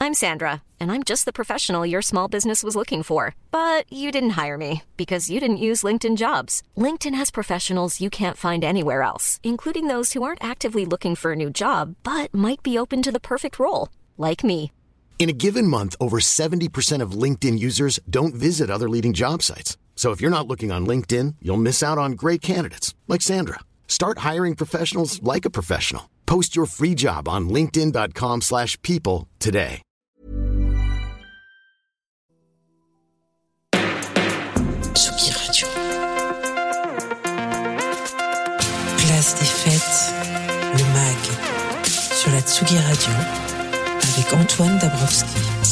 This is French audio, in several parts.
I'm Sandra, and I'm just the professional your small business was looking for. But you didn't hire me because you didn't use LinkedIn Jobs. LinkedIn has professionals you can't find anywhere else, including those who aren't actively looking for a new job, but might be open to the perfect role, like me. In a given month, over 70% of LinkedIn users don't visit other leading job sites. So if you're not looking on LinkedIn, you'll miss out on great candidates like Sandra. Start hiring professionals like a professional. Post your free job on linkedin.com/people today. Tsugi Radio. Place des fêtes, le MAG, sur la Tsugi Radio, avec Antoine Dabrowski.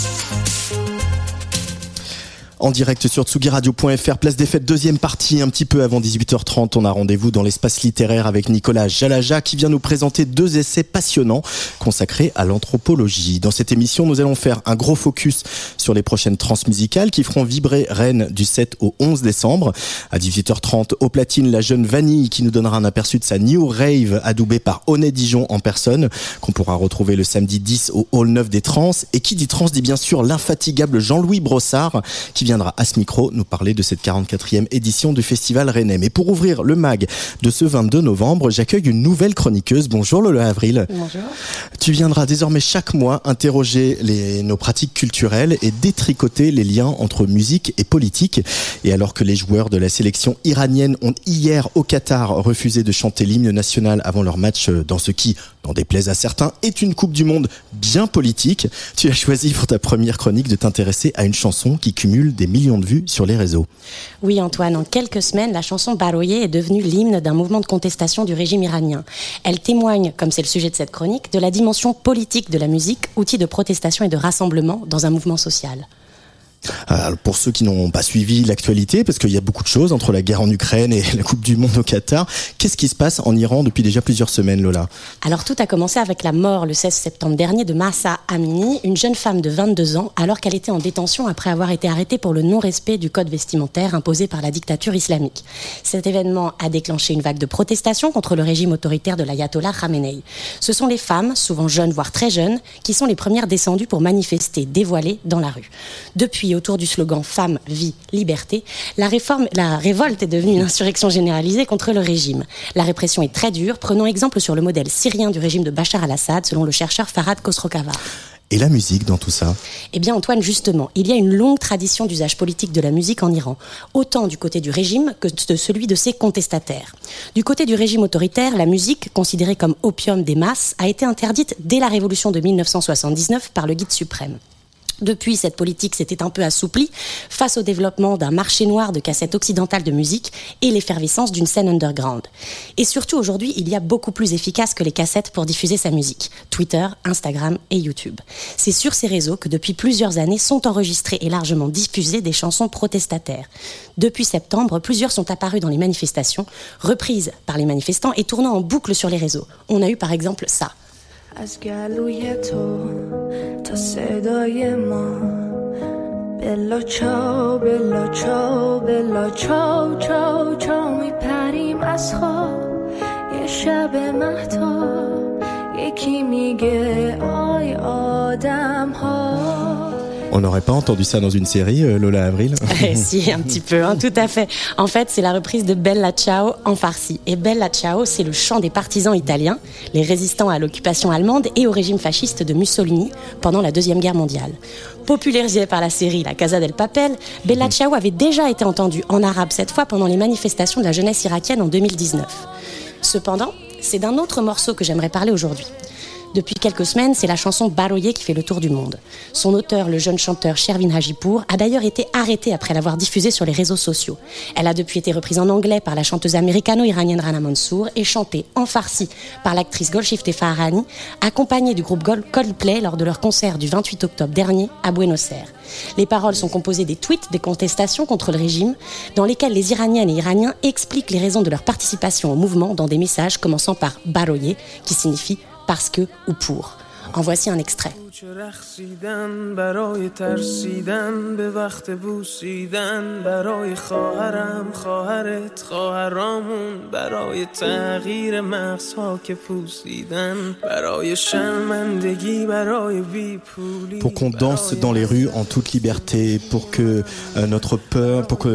En direct sur tsugiradio.fr, place des fêtes, deuxième partie, un petit peu avant 18h30. On a rendez-vous dans l'espace littéraire avec Nicolas Jalaja qui vient nous présenter 2 essais passionnants consacrés à l'anthropologie. Dans cette émission, nous allons faire un gros focus sur les prochaines transmusicales qui feront vibrer Rennes du 7 au 11 décembre. À 18h30, au platine, la jeune Vanille qui nous donnera un aperçu de sa New Rave adoubée par Honnête Dijon en personne, qu'on pourra retrouver le samedi 10 au Hall 9 des Trans. Et qui dit trans dit bien sûr l'infatigable Jean-Louis Brossard qui viendra à ce micro nous parler de cette 44e édition du Festival Rennais. Mais pour ouvrir le MAG de ce 22 novembre, j'accueille une nouvelle chroniqueuse. Bonjour Lola Avril. Bonjour. Tu viendras désormais chaque mois interroger nos pratiques culturelles et détricoter les liens entre musique et politique. Et alors que les joueurs de la sélection iranienne ont hier au Qatar refusé de chanter l'hymne national avant leur match dans ce qui, n'en déplaise à certains, est une Coupe du Monde bien politique, tu as choisi pour ta première chronique de t'intéresser à une chanson qui cumule des millions de vues sur les réseaux. Oui Antoine, en quelques semaines, la chanson Baroye est devenue l'hymne d'un mouvement de contestation du régime iranien. Elle témoigne, comme c'est le sujet de cette chronique, de la dimension politique de la musique, outil de protestation et de rassemblement dans un mouvement social. Alors pour ceux qui n'ont pas suivi l'actualité, parce qu'il y a beaucoup de choses entre la guerre en Ukraine et la Coupe du Monde au Qatar, qu'est-ce qui se passe en Iran depuis déjà plusieurs semaines, Lola ? Alors tout a commencé avec la mort le 16 septembre dernier de Mahsa Amini, une jeune femme de 22 ans, alors qu'elle était en détention après avoir été arrêtée pour le non-respect du code vestimentaire imposé par la dictature islamique. Cet événement a déclenché une vague de protestation contre le régime autoritaire de l'ayatollah Khamenei. Ce sont les femmes, souvent jeunes voire très jeunes, qui sont les premières descendues pour manifester dévoilées dans la rue. Depuis, autour du slogan « Femmes, vie, liberté », la révolte est devenue une insurrection généralisée contre le régime. La répression est très dure, prenons exemple sur le modèle syrien du régime de Bachar al-Assad, selon le chercheur Farhad Khosrokava. Et la musique dans tout ça ? Eh bien Antoine, justement, il y a une longue tradition d'usage politique de la musique en Iran, autant du côté du régime que de celui de ses contestataires. Du côté du régime autoritaire, la musique, considérée comme opium des masses, a été interdite dès la révolution de 1979 par le guide suprême. Depuis, cette politique s'était un peu assouplie face au développement d'un marché noir de cassettes occidentales de musique et l'effervescence d'une scène underground. Et surtout, aujourd'hui, il y a beaucoup plus efficace que les cassettes pour diffuser sa musique. Twitter, Instagram et YouTube. C'est sur ces réseaux que depuis plusieurs années sont enregistrées et largement diffusées des chansons protestataires. Depuis septembre, plusieurs sont apparues dans les manifestations, reprises par les manifestants et tournant en boucle sur les réseaux. On a eu par exemple ça. از گلوی تو تا صدای ما بلا چاو بلا چاو بلا چاو چاو چاو میپریم از خواب یه شب مهتاب یکی میگه آی آدم ها. On n'aurait pas entendu ça dans une série, Lola Avril ? Si, un petit peu, hein, tout à fait. En fait, c'est la reprise de Bella Ciao en farsi. Et Bella Ciao, c'est le chant des partisans italiens, les résistants à l'occupation allemande et au régime fasciste de Mussolini pendant la Deuxième Guerre mondiale. Popularisée par la série La Casa del Papel, Bella Ciao avait déjà été entendue en arabe cette fois pendant les manifestations de la jeunesse irakienne en 2019. Cependant, c'est d'un autre morceau que j'aimerais parler aujourd'hui. Depuis quelques semaines, c'est la chanson Baroye qui fait le tour du monde. Son auteur, le jeune chanteur Shervin Hajipour, a d'ailleurs été arrêté après l'avoir diffusée sur les réseaux sociaux. Elle a depuis été reprise en anglais par la chanteuse américano-iranienne Rana Mansour et chantée en farsi par l'actrice Golshifteh Farahani, accompagnée du groupe Coldplay lors de leur concert du 28 octobre dernier à Buenos Aires. Les paroles sont composées des tweets des contestations contre le régime, dans lesquels les Iraniennes et Iraniens expliquent les raisons de leur participation au mouvement dans des messages commençant par Baroye, qui signifie parce que ou pour. En voici un extrait. رقصیدن برای ترسیدن به وقت بوسیدن برای خواهرم خواهرت خواهرامون برای تغییر مغزها که پوسیدن برای شرمندگی برای بیپولی pour qu'on danse dans les rues en toute liberté, pour que notre peur, pour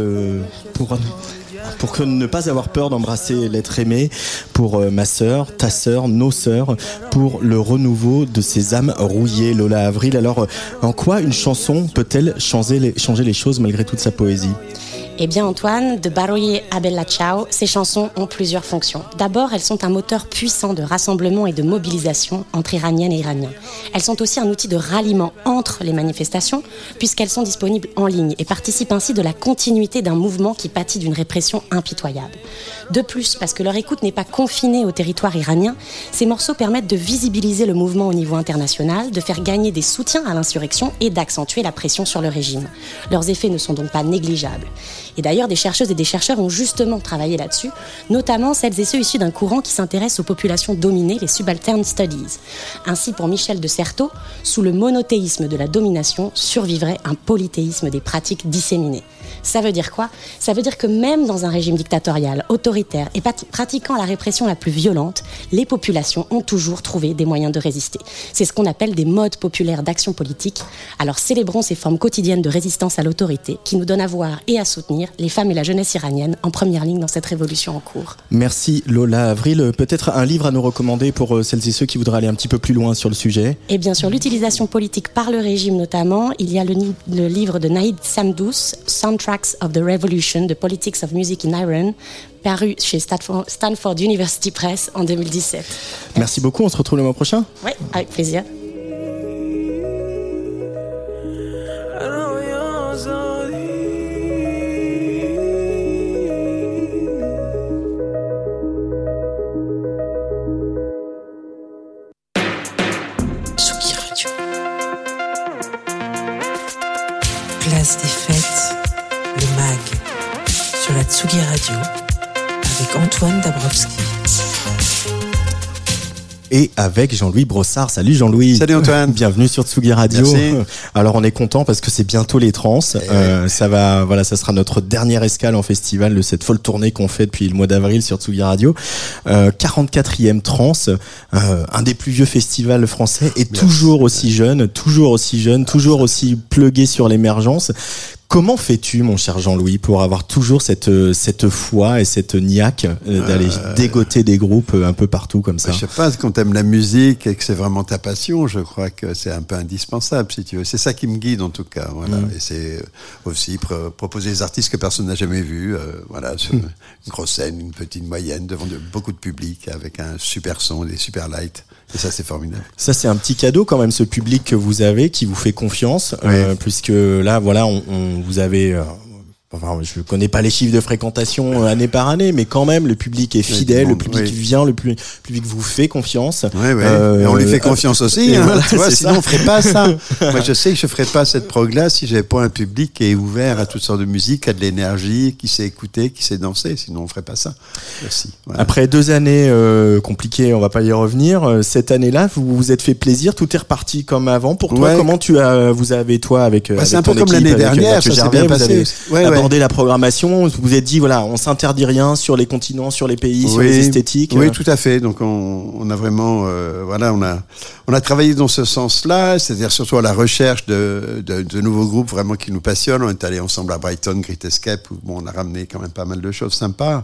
que ne pas avoir peur d'embrasser l'être aimé, pour ma sœur, ta sœur, nos sœurs, pour le renouveau de ces âmes rouillées. Lola Avril, alors en quoi une chanson peut-elle changer les choses malgré toute sa poésie ? Eh bien Antoine, de Baroye à Bella Ciao, ces chansons ont plusieurs fonctions. D'abord, elles sont un moteur puissant de rassemblement et de mobilisation entre Iraniennes et Iraniens. Elles sont aussi un outil de ralliement entre les manifestations, puisqu'elles sont disponibles en ligne et participent ainsi de la continuité d'un mouvement qui pâtit d'une répression impitoyable. De plus, parce que leur écoute n'est pas confinée au territoire iranien, ces morceaux permettent de visibiliser le mouvement au niveau international, de faire gagner des soutiens à l'insurrection et d'accentuer la pression sur le régime. Leurs effets ne sont donc pas négligeables. Et d'ailleurs, des chercheuses et des chercheurs ont justement travaillé là-dessus, notamment celles et ceux issus d'un courant qui s'intéresse aux populations dominées, les Subaltern Studies. Ainsi, pour Michel de Certeau, sous le monothéisme de la domination survivrait un polythéisme des pratiques disséminées. Ça veut dire quoi ? Ça veut dire que même dans un régime dictatorial, autoritaire et pratiquant la répression la plus violente, les populations ont toujours trouvé des moyens de résister. C'est ce qu'on appelle des modes populaires d'action politique. Alors célébrons ces formes quotidiennes de résistance à l'autorité qui nous donnent à voir et à soutenir les femmes et la jeunesse iranienne en première ligne dans cette révolution en cours. Merci Lola Avril. Peut-être un livre à nous recommander pour celles et ceux qui voudraient aller un petit peu plus loin sur le sujet ? Et bien sûr, l'utilisation politique par le régime notamment. Il y a le livre de Naïd Samdous, Soundtracks of the Revolution, The Politics of Music in Iran, paru chez Stanford University Press en 2017. Merci beaucoup, on se retrouve le mois prochain ? Oui, avec plaisir. Place des fêtes, le MAG, sur la Tsugi Radio, avec Antoine Dabrowski. Et avec Jean-Louis Brossard. Salut Jean-Louis. Salut Antoine. Bienvenue sur Tsugi Radio. Merci. Alors on est content parce que c'est bientôt les trans. Ça sera notre dernière escale en festival de cette folle tournée qu'on fait depuis le mois d'avril sur Tsugi Radio. 44e trans, un des plus vieux festivals français et toujours aussi jeune, toujours aussi plugué sur l'émergence. Comment fais-tu, mon cher Jean-Louis, pour avoir toujours cette foi et cette niaque d'aller dégoter des groupes un peu partout comme ça ? Je sais pas, quand t'aimes la musique et que c'est vraiment ta passion, je crois que c'est un peu indispensable, si tu veux. C'est ça qui me guide, en tout cas. Voilà. Et c'est aussi proposer des artistes que personne n'a jamais vus, sur une grosse scène, une petite moyenne, devant beaucoup de public, avec un super son, des super lights. Et ça, c'est formidable. Ça, c'est un petit cadeau quand même, ce public que vous avez, qui vous fait confiance, puisque là, voilà, vous avez... Enfin, je connais pas les chiffres de fréquentation année par année, mais quand même, le public est fidèle, le public vient, le public vous fait confiance. Et on lui fait confiance aussi, hein, voilà, tu vois, sinon on ferait pas ça. Moi, je sais que je ferais pas cette prog-là si j'avais pas un public qui est ouvert à toutes sortes de musique, qui a de l'énergie, qui sait écouter, qui sait danser, sinon on ferait pas ça. Aussi. Voilà. Après 2 années compliquées, on va pas y revenir. Cette année-là, vous vous êtes fait plaisir, tout est reparti comme avant. Pour toi, comment vous avez toi avec c'est avec un peu ton comme équipe, l'année dernière, ça s'est bien passé. Aborder la programmation, vous vous êtes dit voilà, on s'interdit rien sur les continents, sur les pays, sur les esthétiques. Oui, tout à fait. Donc on a vraiment on a travaillé dans ce sens-là, c'est-à-dire surtout à la recherche de nouveaux groupes vraiment qui nous passionnent. On est allé ensemble à Brighton, Great Escape, où on a ramené quand même pas mal de choses sympas.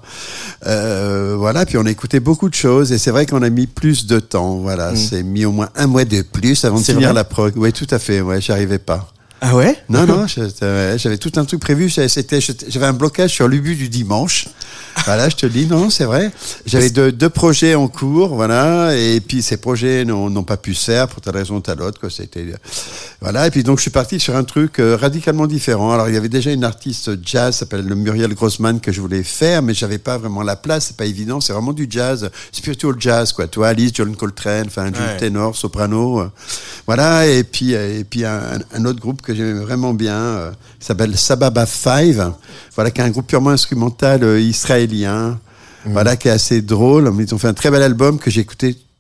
Puis on a écouté beaucoup de choses et c'est vrai qu'on a mis plus de temps. Voilà, c'est mis au moins 1 mois de plus avant de finir la prog. Oui, tout à fait. Ouais, j'arrivais pas. Ah ouais ? Non, j'avais tout un truc prévu. J'avais un blocage sur l'Ubu du dimanche. Voilà, je te le dis, non, c'est vrai. J'avais deux projets en cours, voilà, et puis ces projets n'ont pas pu se faire pour telle raison ou telle autre, quoi. C'était, voilà, et puis donc je suis parti sur un truc radicalement différent. Alors il y avait déjà une artiste jazz, s'appelle le Muriel Grossman, que je voulais faire, mais j'avais pas vraiment la place, c'est pas évident. C'est vraiment du jazz, spiritual jazz, quoi. Tu vois, Alice, John Coltrane, enfin, du ténor, soprano, voilà, et puis un autre groupe que j'aimais vraiment bien, s'appelle Sababa 5, voilà, qui est un groupe purement instrumental israélien, voilà, qui est assez drôle. Ils ont fait un très bel album que j'ai écouté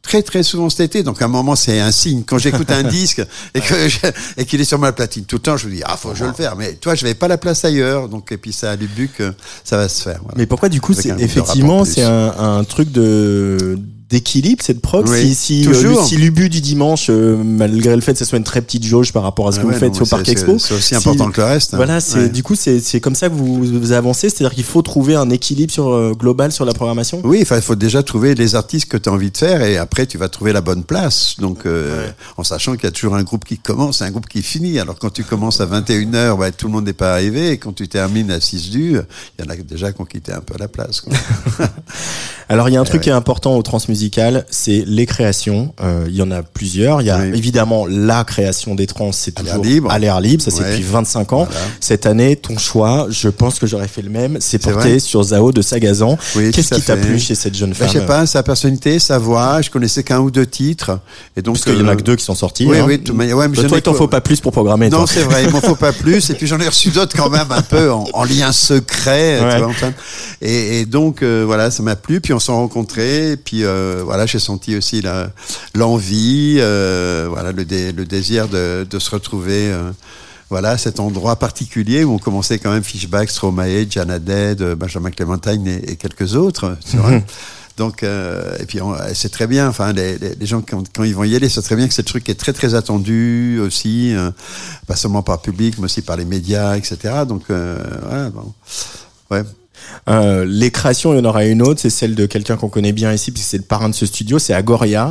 très très souvent cet été. Donc à un moment c'est un signe. Quand j'écoute un disque et qu'il est sur ma platine tout le temps, je me dis faut que je le faire. Mais toi, je n'avais pas la place ailleurs. Donc et puis ça a du but que ça va se faire. Voilà. Mais pourquoi du coup c'est effectivement c'est un truc d'équilibre cette prog, si l'Ubu du dimanche, malgré le fait que ce soit une très petite jauge par rapport à ce que vous faites au Parc Expo, c'est aussi important que le reste. Voilà, du coup c'est comme ça que vous avancez, c'est-à-dire qu'il faut trouver un équilibre global sur la programmation. Oui, il faut déjà trouver les artistes que tu as envie de faire et après tu vas trouver la bonne place. Donc en sachant qu'il y a toujours un groupe qui commence, un groupe qui finit. Alors quand tu commences à 21h, tout le monde n'est pas arrivé, et quand tu termines à 6 du, il y en a déjà qui ont quitté un peu la place, quoi. Alors il y a un truc qui est important au transmusical, c'est les créations. Il y en a plusieurs. Il y a évidemment la création des trans, c'est toujours à l'air libre. Ça c'est depuis 25 ans. Voilà. Cette année, ton choix, je pense que j'aurais fait le même, c'est porté sur Zao de Sagazan. Oui, qu'est-ce qui t'a plu chez cette jeune femme? Je sais pas, sa personnalité, sa voix. Je connaissais qu'un ou deux titres. Et donc parce qu'il y en a que 2 qui sont sortis. Oui, hein. oui. Mais toi, il t'en faut pas plus pour programmer. Non, toi. c'est vrai, il m'en faut pas plus. Et puis j'en ai reçu d'autres quand même un peu en lien secret. Tu vois, et donc voilà, ça m'a plu. Puis on s'est rencontrés. Et puis voilà, j'ai senti aussi l'envie, voilà, le désir de se retrouver, voilà, à cet endroit particulier où on commençait quand même Fishback, Stromae, Jana Dead, Benjamin Clementine et quelques autres. Tu vois. Donc et puis c'est très bien. Enfin, les gens quand ils vont y aller, c'est très bien que c'est le truc qui est très très attendu aussi, pas seulement par le public, mais aussi par les médias, etc. Donc voilà, bon, ouais. Les créations, il y en aura une autre, c'est celle de quelqu'un qu'on connaît bien ici, puisque c'est le parrain de ce studio, c'est Agoria,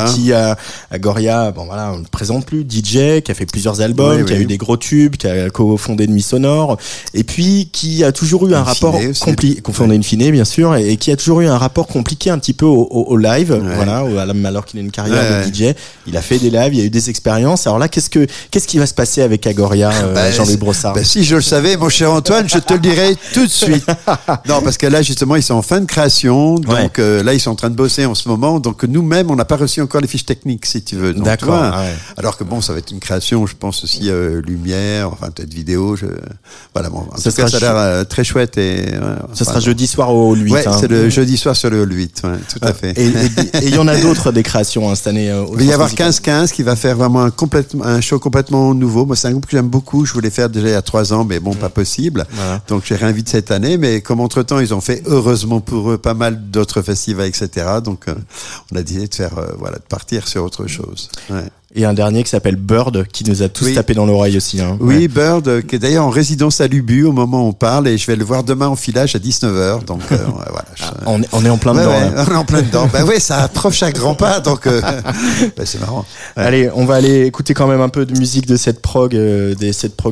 Agoria, bon voilà, on ne le présente plus, DJ, qui a fait plusieurs albums, qui a eu des gros tubes, qui a co-fondé Nuit Sonore, et puis qui a toujours eu un rapport compliqué, co-fondé Infine bien sûr, et qui a toujours eu un rapport compliqué un petit peu au live, voilà, alors qu'il a une carrière de DJ, il a fait des lives, il y a eu des expériences. Alors là, qu'est-ce qui va se passer avec Agoria, Jean-Louis Brossard? Si je le savais, mon cher Antoine, je te le dirais tout de suite. Non, parce que là, justement, ils sont en fin de création. Donc là, ils sont en train de bosser en ce moment. Donc nous-mêmes, on n'a pas reçu encore les fiches techniques, si tu veux. Donc, d'accord. Alors que bon, ça va être une création, je pense aussi lumière, enfin peut-être vidéo. Voilà, bon. En tout cas, ça a l'air très chouette. Et ça sera jeudi soir au Hall 8. Ouais, c'est le jeudi soir sur le Hall 8. Ouais, tout à fait. Et il y en a d'autres des créations cette année. Il va y avoir 15-15 qui va faire vraiment un show complètement nouveau. Moi, c'est un groupe que j'aime beaucoup. Je voulais faire déjà il y a 3 ans, mais bon, pas possible. Voilà. Donc j'ai réinvité cette année, mais comme entre-temps, ils ont fait, heureusement pour eux, pas mal d'autres festivals, etc. Donc, on a décidé de faire, de partir sur autre chose. Ouais. Et un dernier qui s'appelle Bird, qui nous a tous tapé dans l'oreille aussi. Hein. Oui, Bird, qui est d'ailleurs en résidence à Lubu au moment où on parle, et je vais le voir demain en filage à 19h. Donc voilà. On est en plein dedans. On est en plein dedans. Ça approche à grands pas, donc c'est marrant. Ouais. Allez, on va aller écouter quand même un peu de musique de cette prog, des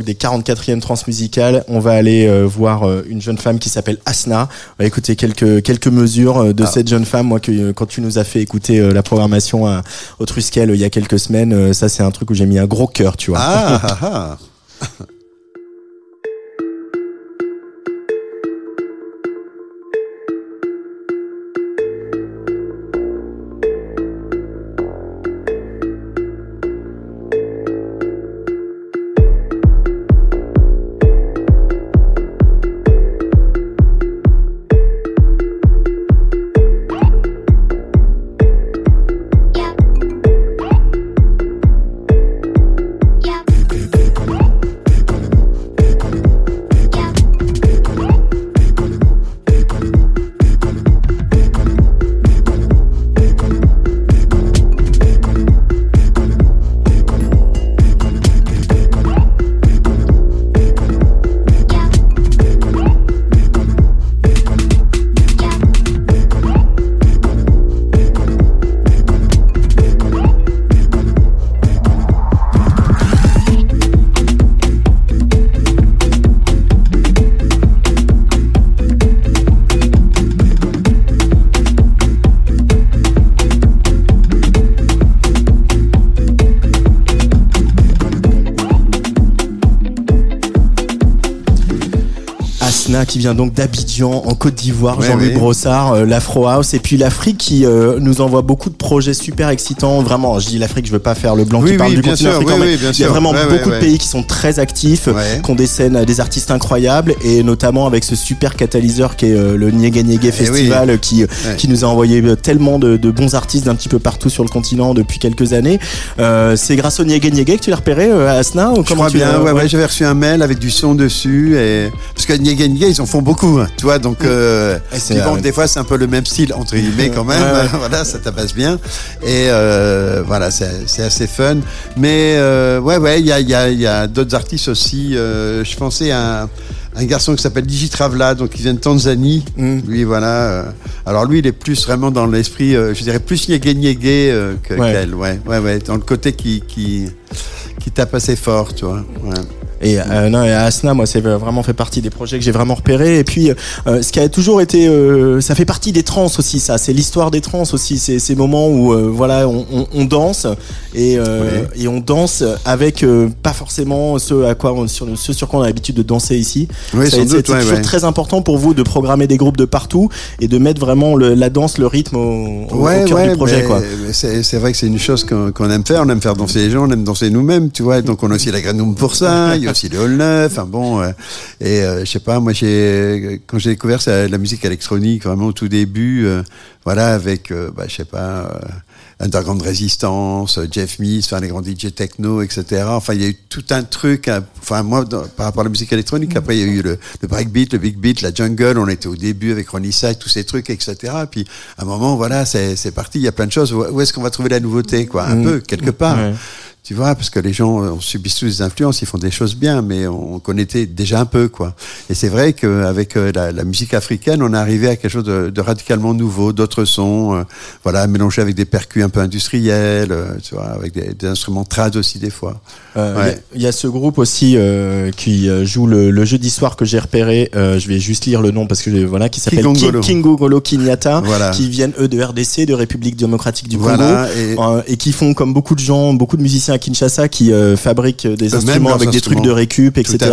44e transmusicales. On va aller voir une jeune femme qui s'appelle Asna. On va écouter quelques mesures de cette jeune femme. Moi, quand tu nous as fait écouter la programmation au Truskel il y a quelques semaines, ça c'est un truc où j'ai mis un gros cœur, tu vois. Yeah. Asna qui vient donc d'Abidjan en Côte d'Ivoire, Jean-Louis Brossard, l'Afro House, et puis l'Afrique qui nous envoie beaucoup de projets super excitants. Vraiment, je dis l'Afrique, je veux pas faire le blanc qui parle du continent africain, mais il y a vraiment beaucoup de pays qui sont très actifs, qui ont des scènes, des artistes incroyables, et notamment avec ce super catalyseur qui est le Niégué Niégué Festival qui nous a envoyé tellement de bons artistes d'un petit peu partout sur le continent depuis quelques années. C'est grâce au Niégué Niégué que tu l'as repéré, Asna, ou comment tu bien, ouais, j'avais reçu un mail avec du son dessus, et parce que Niégué Niégué, ils en font beaucoup, hein, tu vois, donc bon, des fois c'est un peu le même style entre guillemets quand même, voilà, ça passe bien, et voilà, c'est assez fun, mais il y a d'autres artistes aussi. Je pensais à un garçon qui s'appelle Digitravla, donc il vient de Tanzanie. Lui, voilà. Alors lui, il est plus vraiment dans l'esprit, je dirais plus Niégué Niégué qu'elle. Ouais, dans le côté qui tape assez fort, tu vois. Ouais. Et Asna, moi, c'est vraiment fait partie des projets que j'ai vraiment repérés. Et puis, ce qui a toujours été, ça fait partie des trans aussi, ça. C'est l'histoire des trans aussi. C'est ces moments où, voilà, on danse et on danse avec pas forcément ce sur quoi on a l'habitude de danser ici. Oui, c'est toujours très important pour vous de programmer des groupes de partout et de mettre vraiment la danse, le rythme au cœur du projet, quoi. C'est vrai que c'est une chose qu'on aime faire. On aime faire danser les gens, on aime danser nous-mêmes, tu vois. Donc on a aussi la Grenoum pour ça. Il y a aussi le Hall 9, enfin bon, je sais pas, moi quand j'ai découvert la musique électronique vraiment au tout début, voilà, avec je sais pas, Underground Resistance, Jeff Mills, enfin les grands DJ techno, etc. Enfin il y a eu tout un truc, enfin moi par rapport à la musique électronique, après il y a eu le breakbeat, le big beat, la jungle, on était au début avec Ronnie Side, tous ces trucs, etc. Puis à un moment, voilà, c'est parti, il y a plein de choses. Où est-ce qu'on va trouver la nouveauté, quoi, un peu quelque part. Tu vois, parce que les gens, on subit tous des influences, ils font des choses bien, mais on connaissait déjà un peu, quoi. Et c'est vrai qu'avec la musique africaine, on est arrivé à quelque chose de radicalement nouveau, d'autres sons, voilà, mélangés avec des percus un peu industriels, tu vois, avec des instruments trad aussi des fois. Il y a ce groupe aussi qui joue le jeudi soir que j'ai repéré. Je vais juste lire le nom parce que qui s'appelle Kingongolo Kenyatta, qui viennent eux de RDC, de République démocratique du Congo, et qui font comme beaucoup de gens, beaucoup de musiciens à Kinshasa qui fabriquent des instruments avec des trucs de récup, etc.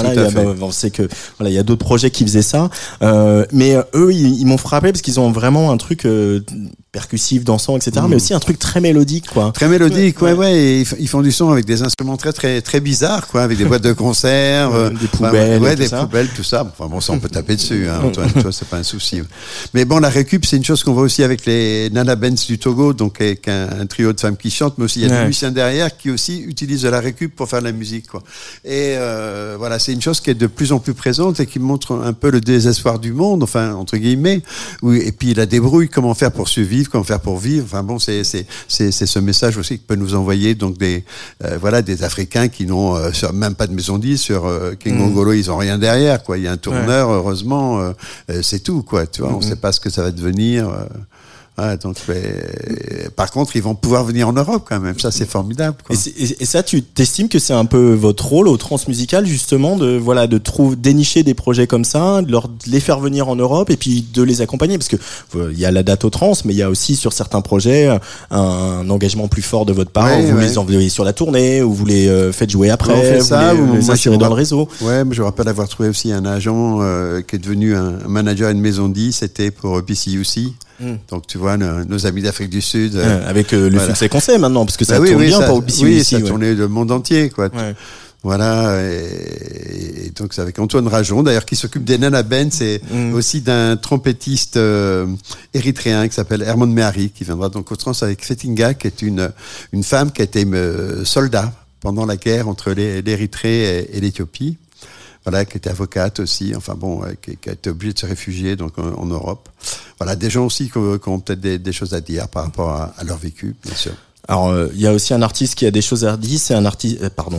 On sait que il y a d'autres projets qui faisaient ça, mais eux ils m'ont frappé parce qu'ils ont vraiment un truc percussif, dansant, etc. Mais aussi un truc très mélodique, quoi. Très mélodique, et ils font du son avec des instruments très très très bizarres, quoi, avec des boîtes de conserve, des poubelles, poubelles, tout ça. Enfin bon, ça on peut taper dessus, hein, Antoine, toi c'est pas un souci. Mais bon, la récup, c'est une chose qu'on voit aussi avec les Nana Benz du Togo, donc avec un trio de femmes qui chantent, mais aussi il y a des musiciens derrière qui aussi utilisent de la récup pour faire de la musique, quoi. Et voilà, c'est une chose qui est de plus en plus présente et qui montre un peu le désespoir du monde, enfin entre guillemets, et puis la débrouille, comment faire pour survivre, comment faire pour vivre. Enfin bon, c'est ce message aussi que peut nous envoyer donc des Africains qui n'ont même pas de maison disque sur Kingongolo, ils ont rien derrière, quoi. Il y a un tourneur, heureusement, c'est tout, quoi. Tu vois, on sait pas ce que ça va devenir. Donc, par contre, ils vont pouvoir venir en Europe quand même. Ça, c'est formidable, quoi. Et ça, tu t'estimes que c'est un peu votre rôle au transmusical, justement, de dénicher des projets comme ça, de les faire venir en Europe et puis de les accompagner, parce que il y a la date au trans, mais il y a aussi sur certains projets un engagement plus fort de votre part. Vous les envoyez sur la tournée, ou vous les faites jouer après, vous les insérez dans le réseau. Ouais, mais je me rappelle avoir trouvé aussi un agent qui est devenu un manager à une maison 10, c'était pour BCUC. Donc tu vois, nos amis d'Afrique du Sud avec le succès qu'on sait maintenant, parce que ça tourne bien pour BCUC. Oui, ça tournait le monde entier, quoi. Voilà, et donc c'est avec Antoine Rajon, d'ailleurs, qui s'occupe des Nana Benz, et aussi d'un trompettiste érythréen qui s'appelle Hermon Mehari, qui viendra donc au trans avec Fetinga, qui est une femme qui a été soldat pendant la guerre entre l'Érythrée et l'Éthiopie. Voilà, qui était avocate aussi, enfin bon, qui a été obligée de se réfugier donc en Europe. Voilà, des gens aussi qui ont peut-être des choses à dire par rapport à leur vécu, bien sûr. Alors, il y a aussi un artiste qui a des choses à dire, c'est un artiste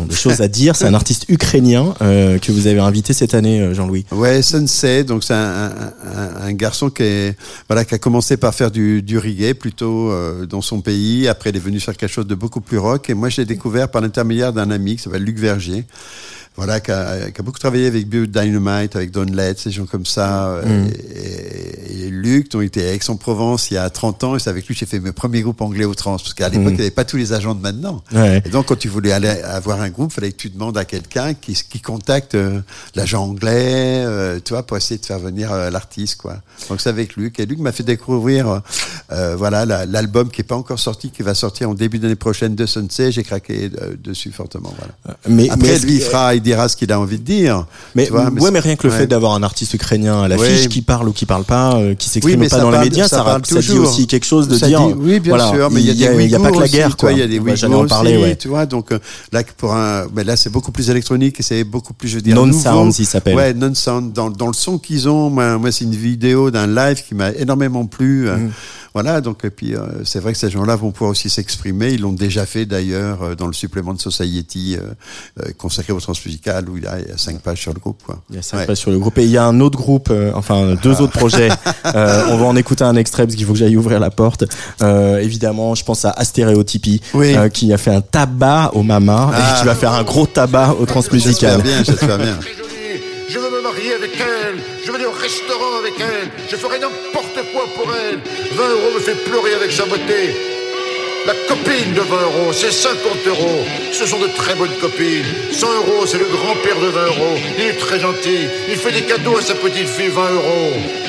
ukrainien que vous avez invité cette année, Jean-Louis. Ouais, Sensei, donc c'est un garçon qui a commencé par faire du reggae plutôt dans son pays. Après, il est venu faire quelque chose de beaucoup plus rock. Et moi, je l'ai découvert par l'intermédiaire d'un ami qui s'appelle Luc Vergier. voilà, qui a beaucoup travaillé avec Bio Dynamite, avec Don Letts, ces gens comme ça, et Luc, dont il était à Aix-en-Provence il y a 30 ans, et c'est avec lui que j'ai fait mes premiers groupes anglais au trans, parce qu'à l'époque, il n'y avait pas tous les agents de maintenant. Ouais. Et donc, quand tu voulais aller avoir un groupe, il fallait que tu demandes à quelqu'un qui contacte l'agent anglais, tu vois, pour essayer de faire venir l'artiste, quoi. Donc, c'est avec Luc, et Luc m'a fait découvrir, voilà, l'album qui est pas encore sorti, qui va sortir en début d'année prochaine de Sensei. J'ai craqué dessus fortement, voilà. Après, lui, il dira ce qu'il a envie de dire. Mais rien que le fait d'avoir un artiste ukrainien à l'affiche qui parle ou qui parle pas, qui s'exprime pas dans les médias, ça dit aussi quelque chose de dire. Oui, bien sûr, mais il y a pas que la guerre, quoi. Il y a des Ouïghours aussi, tu vois. Donc là, c'est beaucoup plus électronique et c'est beaucoup plus, je veux dire, Non Sounds, il s'appelle. Ouais, Non Sound. Dans le son qu'ils ont, moi, c'est une vidéo d'un live qui m'a énormément plu. Voilà, donc et puis c'est vrai que ces gens-là vont pouvoir aussi s'exprimer. Ils l'ont déjà fait d'ailleurs dans le supplément de Society consacré au transmusical où il y a 5 pages sur le groupe, quoi. Il y a 5 pages sur le groupe et il y a un autre groupe, deux autres projets. On va en écouter un extrait parce qu'il faut que j'aille ouvrir la porte. Évidemment, je pense à Astéréotypie qui a fait un tabac au Mama et qui va faire un gros tabac au transmusical. J'espère bien. Je veux me marier avec elle, je vais aller au restaurant avec elle, je ferai n'importe quoi pour elle. 20 € me fait pleurer avec sa beauté. La copine de 20 €, c'est 50 €. Ce sont de très bonnes copines. 100 €, c'est le grand-père de 20 €. Il est très gentil, il fait des cadeaux à sa petite fille, 20 €.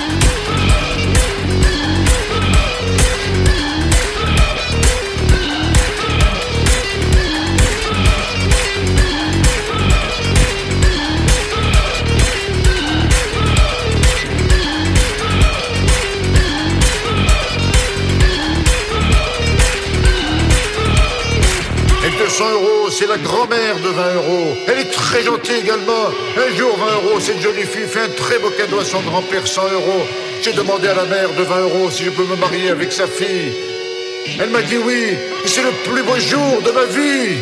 C'est la grand-mère de 20 €. Elle est très gentille également. Un jour, 20 €, cette jolie fille fait un très beau cadeau à son grand-père, 100 €. J'ai demandé à la mère de 20 € si je peux me marier avec sa fille. Elle m'a dit oui, et c'est le plus beau jour de ma vie.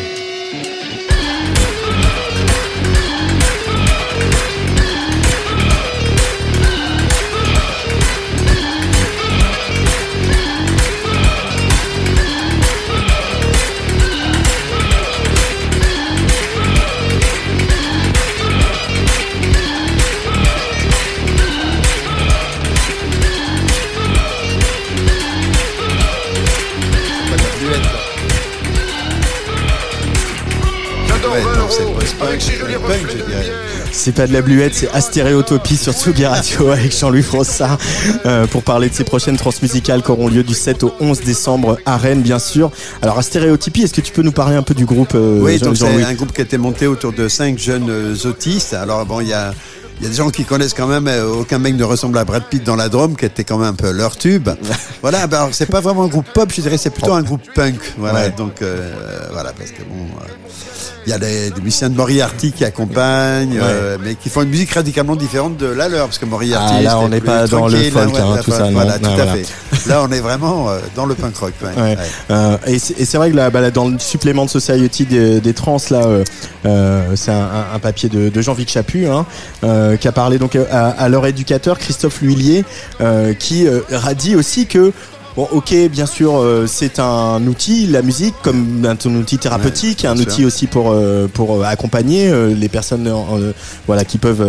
C'est pas de la bluette, c'est Astéréotopie sur Tsugi Radio avec Jean-Louis Frossard pour parler de ces prochaines transmusicales qui auront lieu du 7 au 11 décembre à Rennes, bien sûr. Alors, Astéréotypie, est-ce que tu peux nous parler un peu du groupe Oui, donc c'est un groupe qui a été monté autour de 5 jeunes autistes. Alors, bon, il y a des gens qui connaissent quand même, aucun mec ne ressemble à Brad Pitt dans la Drôme, qui était quand même un peu leur tube. Voilà, alors c'est pas vraiment un groupe pop, je dirais, c'est plutôt un groupe punk. Voilà, donc voilà, parce que bon, il y a des musiciens de Moriarty qui accompagnent, mais qui font une musique radicalement différente de la leur, parce que Moriarty, là on n'est pas dans le folk, tout ça, voilà, non. Tout à fait. Là, on est vraiment dans le punk rock. Et c'est vrai que là, dans le supplément de Society des trans, là, c'est un papier de Jean-Vic Chaput, qui a parlé donc à leur éducateur Christophe L'Huillier, qui a dit aussi que bon, ok, bien sûr, c'est un outil, la musique, comme un outil thérapeutique, un outil aussi pour accompagner les personnes, voilà, qui peuvent,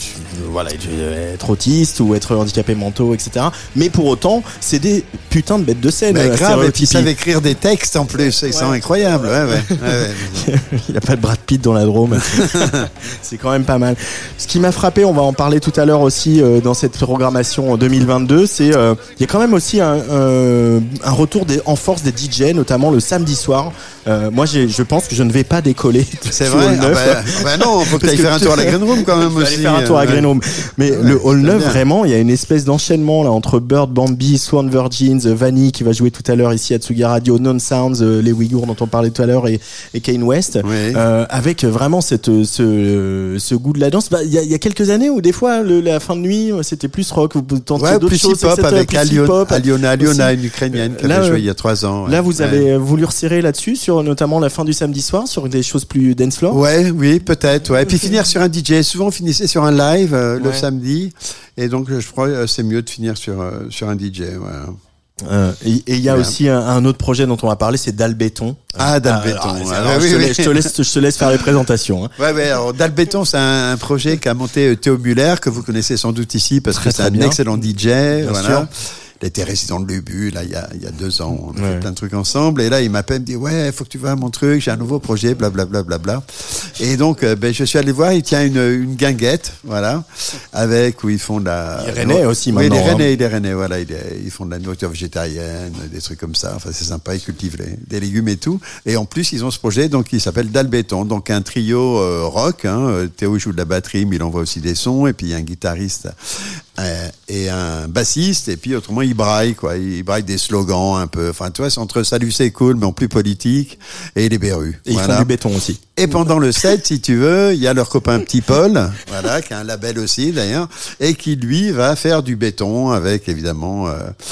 être autistes ou être handicapés mentaux, etc. Mais pour autant, c'est des putains de bêtes de scène. Mais grave, et puis ils savent écrire des textes en plus, ils sont incroyables. Il n'y a pas de Brad Pitt dans la Drôme. C'est quand même pas mal. Ce qui m'a frappé, on va en parler tout à l'heure aussi dans cette programmation 2022, c'est il y a quand même aussi un retour en force des DJ, notamment le samedi soir. Moi, je pense que je ne vais pas décoller. C'est vrai. Non, faut que tu ailles faire un tour à la Green Room quand même aussi. Aller faire un tour à Green Room. Mais le Hall 9, vraiment, il y a une espèce d'enchaînement là entre Bird, Bambi, Swan Virgins, Vanny qui va jouer tout à l'heure ici à Tsugi Radio, Non Sounds, les Ouïghours dont on parlait tout à l'heure et Kanye West, avec vraiment ce goût de la danse. Il y a quelques années où des fois la fin de nuit c'était plus rock, vous tentiez d'autres choses. Plus hip-hop avec Aliona, une Ukrainienne qui a joué il y a 3 ans. Là, vous avez voulu resserrer là-dessus sur notamment la fin du samedi soir, sur des choses plus dance floor. Oui, peut-être. Et puis finir sur un DJ. Souvent, on finissait sur un live le samedi, et donc je crois que c'est mieux de finir sur un DJ. Voilà. Et il y a aussi un autre projet dont on va parler, c'est Dalbéton. Dalbéton. Je te laisse faire les présentations. Hein. Ouais. Alors Dalbéton, c'est un projet qu'a monté Théo Muller, que vous connaissez sans doute ici parce que c'est un excellent DJ. Bien sûr. Il était résident de l'Ubu, là, il y a 2 ans. On a fait plein de trucs ensemble. Et là, il m'appelle, il me dit, ouais, faut que tu vois mon truc, j'ai un nouveau projet, blablabla. Et donc, je suis allé voir, il tient une guinguette, voilà, où ils font de la... Il est rennais aussi, maintenant. Il est rennais, voilà. Ils font de la nourriture végétarienne, des trucs comme ça. Enfin, c'est sympa, ils cultivent des légumes et tout. Et en plus, ils ont ce projet, donc, il s'appelle Dalbéton. Donc, un trio rock, hein. Théo joue de la batterie, mais il envoie aussi des sons. Et puis, il y a un guitariste et un bassiste. Et puis, autrement, il braille, quoi. Il braille des slogans un peu. Enfin, tu vois, c'est entre Salut, c'est cool, mais en plus politique, et les Berus. Et ils font du béton aussi. Et pendant le set, si tu veux, il y a leur copain Petit Paul, voilà, qui a un label aussi, d'ailleurs, et qui, lui, va faire du béton avec, évidemment,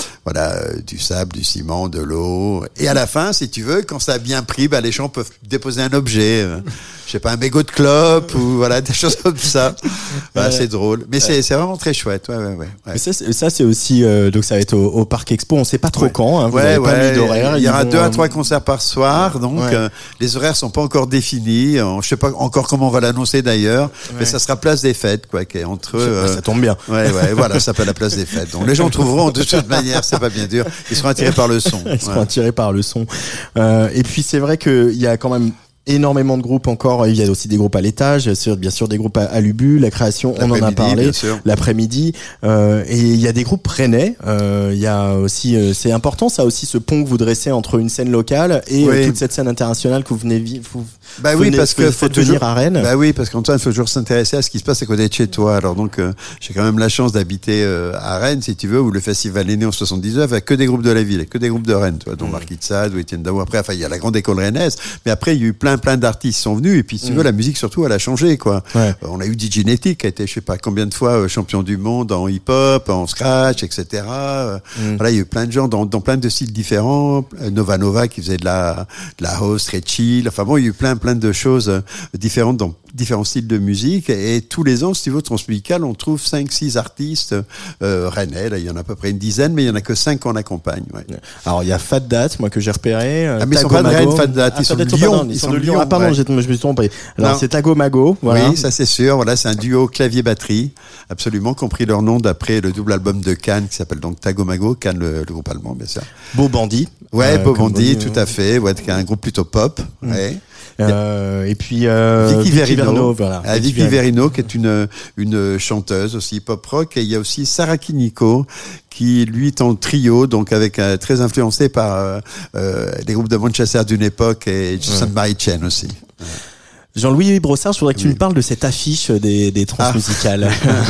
du sable, du ciment, de l'eau. Et à la fin, si tu veux, quand ça a bien pris, les gens peuvent déposer un objet, je sais pas, un mégot de clope, ou voilà, des choses comme ça. C'est drôle. Mais c'est vraiment très chouette, ouais. Mais ça, c'est aussi, donc ça va être au Parc Expo, on sait pas trop quand, hein, vous n'avez pas mis d'horaire. Il y aura 2 à 3 concerts par soir, donc les horaires sont pas encore définis. Je sais pas encore comment on va l'annoncer d'ailleurs, mais ça sera Place des Fêtes, quoi, qui est entre ça tombe bien. Voilà, ça s'appelle la Place des Fêtes. Donc les gens trouveront de toute manière, c'est pas bien dur. Ils seront attirés par le son. Ils seront attirés par le son. Et puis c'est vrai qu'il y a quand même énormément de groupes encore. Il y a aussi des groupes à l'étage, bien sûr des groupes à l'Ubu, la création, on en a parlé l'après-midi. Et il y a des groupes rennais. Il y a aussi, c'est important ça aussi, ce pont que vous dressez entre une scène locale et toute cette scène internationale que vous venez vivre. Parce que faut venir à Rennes. Parce qu'Antoine, il faut toujours s'intéresser à ce qui se passe à côté de chez toi. Alors donc, j'ai quand même la chance d'habiter à Rennes, si tu veux, où le festival est né en 79, avec que des groupes de la ville, que des groupes de Rennes, toi, dont Marquis de Sade ou Étienne Daou. Après, il y a la grande école rennaise, mais après, il y a eu plein d'artistes sont venus, et puis si tu veux, la musique surtout, elle a changé, quoi. On a eu DJ Netty, qui a été, je sais pas combien de fois, champion du monde en hip-hop, en scratch, etc. Voilà, il y a eu plein de gens dans plein de styles différents. Nova, qui faisait de la house très chill. Enfin bon, il y a eu plein de choses différentes dans différents styles de musique, et tous les ans, si tu veux, au Transmusical, on trouve 5-6 artistes rennais. Là, il y en a à peu près une dizaine, mais il y en a que 5 qu'on accompagne. Alors il y a Fat Date, moi, que j'ai repéré. Mais ils sont pas de Rennes, Fat Date, ils sont de Lyon. Ils sont de Lyon. Ah pardon, je me suis trompé. Alors c'est Tago Mago. Voilà. Oui, ça c'est sûr. Voilà, c'est un duo clavier-batterie, absolument, qui ont pris leur nom d'après le double album de Cannes, qui s'appelle donc Tago Mago, Cannes, le groupe allemand, bien sûr. Beau Bandit. Beau Bandit, tout à fait. Qui est un groupe plutôt pop. Et puis Vicky Verino, voilà. Vicky Verino, qui est une chanteuse aussi pop rock, et il y a aussi Sarah Kiniko, qui lui est en trio, donc avec très influencé par les groupes de Manchester d'une époque, et Jason Mary Chain aussi. Jean-Louis Brossard, je voudrais que tu me parles de cette affiche des Transmusicales.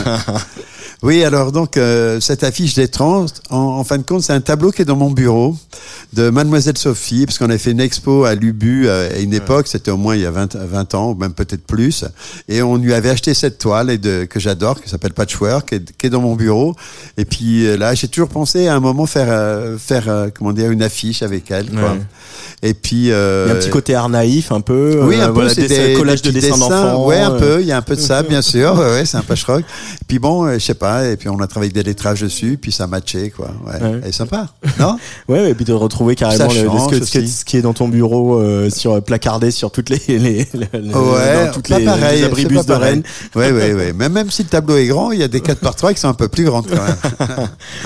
Oui, alors donc cette affiche des Trans, en fin de compte, c'est un tableau qui est dans mon bureau de Mademoiselle Sophie, parce qu'on avait fait une expo à l'Ubu à une époque, c'était au moins il y a 20 ans, ou même peut-être plus, et on lui avait acheté cette toile que j'adore, qui s'appelle Patchwork, qui est dans mon bureau. Et puis là, j'ai toujours pensé à un moment faire comment dire, une affiche avec elle, quoi. Et puis il y a un petit côté art naïf un peu. Oui, un peu, c'est des collages de dessins d'enfants. Ouais, un peu, il y a un peu de ça, bien sûr. Ouais, c'est un Patchwork. Puis bon, je sais pas, et puis on a travaillé des lettrages dessus, puis ça matchait, quoi. Ouais. Et sympa, non? Et puis de retrouver carrément ce qui est dans ton bureau placardé sur toutes les dans toutes les abribus de Rennes. Ouais. Même si le tableau est grand, il y a des 4x3 qui sont un peu plus grandes quand même.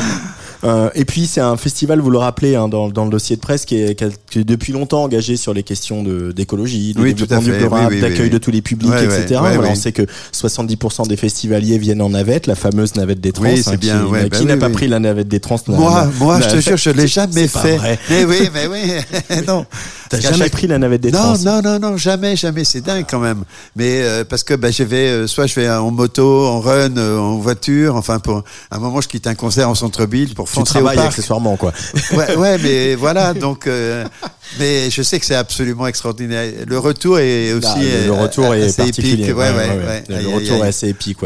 Et puis c'est un festival, vous le rappelez, hein, dans le dossier de presse, qui est depuis longtemps engagé sur les questions d'écologie, de développement durable, d'accueil de tous les publics, etc. On sait que 70% des festivaliers viennent en navette, la fameuse navette des trans. C'est bien. Qui n'a pas pris la navette des trans? Moi, je te jure, je l'ai jamais fait. Mais oui. Non. T'as jamais pris la navette des trans? Non, jamais. C'est dingue quand même. Mais parce que je vais en moto, en run, en voiture. Enfin, pour un moment, je quitte un concert en centre-ville pour tu travailles accessoirement, quoi. Ouais, mais voilà, donc mais je sais que c'est absolument extraordinaire. Le retour est aussi le retour est particulier. Épique. Le retour est assez épique,